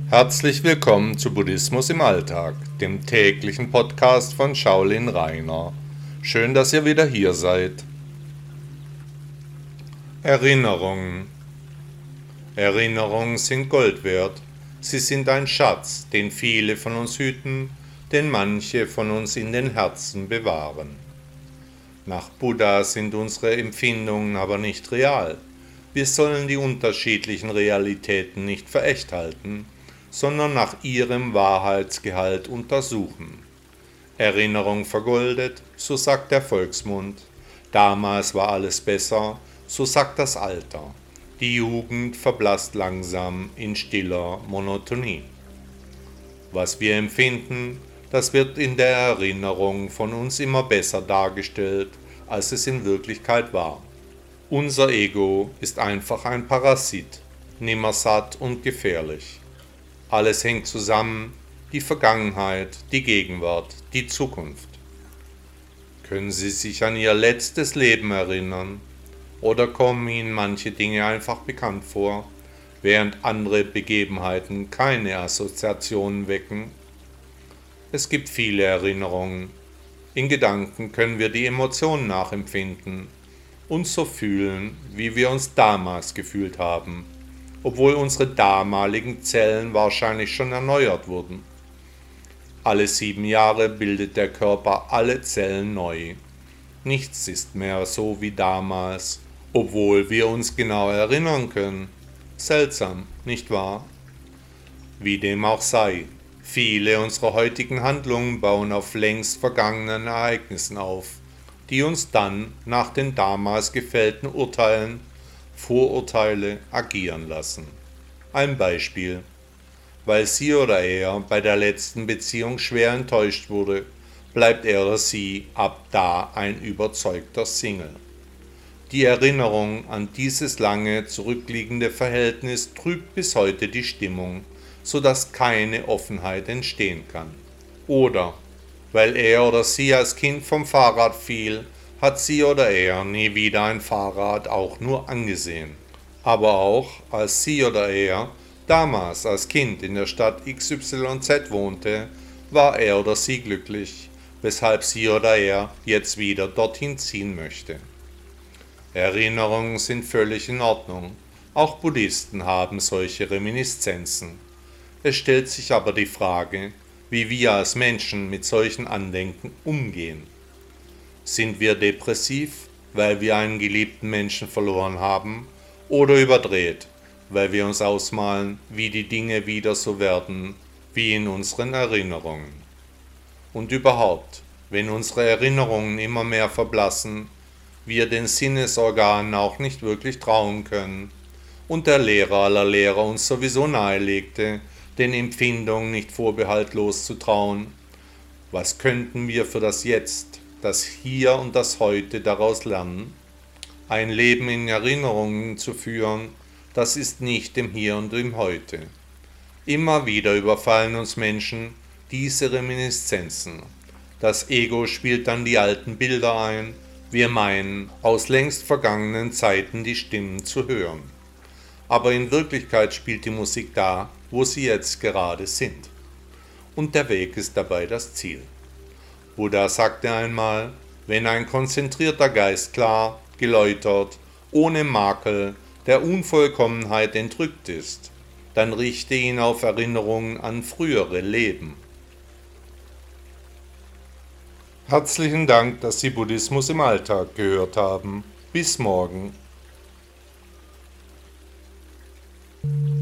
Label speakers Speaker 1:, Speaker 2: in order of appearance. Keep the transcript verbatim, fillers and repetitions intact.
Speaker 1: Herzlich willkommen zu Buddhismus im Alltag, dem täglichen Podcast von Shaolin Rainer. Schön, dass ihr wieder hier seid. Erinnerungen. Erinnerungen sind Gold wert. Sie sind ein Schatz, den viele von uns hüten, den manche von uns in den Herzen bewahren. Nach Buddha sind unsere Empfindungen aber nicht real. Wir sollen die unterschiedlichen Realitäten nicht für echt halten, sondern nach ihrem Wahrheitsgehalt untersuchen. Erinnerung vergoldet, so sagt der Volksmund. Damals war alles besser, so sagt das Alter. Die Jugend verblasst langsam in stiller Monotonie. Was wir empfinden, das wird in der Erinnerung von uns immer besser dargestellt, als es in Wirklichkeit war. Unser Ego ist einfach ein Parasit, nimmersatt und gefährlich. Alles hängt zusammen, die Vergangenheit, die Gegenwart, die Zukunft. Können Sie sich an Ihr letztes Leben erinnern? Oder kommen Ihnen manche Dinge einfach bekannt vor, während andere Begebenheiten keine Assoziationen wecken? Es gibt viele Erinnerungen. In Gedanken können wir die Emotionen nachempfinden und so fühlen, wie wir uns damals gefühlt haben, obwohl unsere damaligen Zellen wahrscheinlich schon erneuert wurden. Alle sieben Jahre bildet der Körper alle Zellen neu. Nichts ist mehr so wie damals, obwohl wir uns genau erinnern können. Seltsam, nicht wahr? Wie dem auch sei, viele unserer heutigen Handlungen bauen auf längst vergangenen Ereignissen auf, die uns dann nach den damals gefällten Urteilen, Vorurteile agieren lassen. Ein Beispiel. Weil sie oder er bei der letzten Beziehung schwer enttäuscht wurde, bleibt er oder sie ab da ein überzeugter Single. Die Erinnerung an dieses lange zurückliegende Verhältnis trübt bis heute die Stimmung, sodass keine Offenheit entstehen kann. Oder, weil er oder sie als Kind vom Fahrrad fiel, hat sie oder er nie wieder ein Fahrrad auch nur angesehen. Aber auch, als sie oder er damals als Kind in der Stadt X Y Z wohnte, war er oder sie glücklich, weshalb sie oder er jetzt wieder dorthin ziehen möchte. Erinnerungen sind völlig in Ordnung. Auch Buddhisten haben solche Reminiszenzen. Es stellt sich aber die Frage, wie wir als Menschen mit solchen Andenken umgehen. Sind wir depressiv, weil wir einen geliebten Menschen verloren haben, oder überdreht, weil wir uns ausmalen, wie die Dinge wieder so werden, wie in unseren Erinnerungen? Und überhaupt, wenn unsere Erinnerungen immer mehr verblassen, wir den Sinnesorganen auch nicht wirklich trauen können und der Lehrer aller Lehrer uns sowieso nahelegte, den Empfindungen nicht vorbehaltlos zu trauen, was könnten wir für das Jetzt, das Hier und das Heute daraus lernen? Ein Leben in Erinnerungen zu führen, das ist nicht im Hier und im Heute. Immer wieder überfallen uns Menschen diese Reminiszenzen. Das Ego spielt dann die alten Bilder ein, wir meinen, aus längst vergangenen Zeiten die Stimmen zu hören. Aber in Wirklichkeit spielt die Musik da, wo sie jetzt gerade sind. Und der Weg ist dabei das Ziel. Buddha sagte einmal, wenn ein konzentrierter Geist klar, geläutert, ohne Makel, der Unvollkommenheit entrückt ist, dann richte ihn auf Erinnerungen an frühere Leben. Herzlichen Dank, dass Sie Buddhismus im Alltag gehört haben. Bis morgen.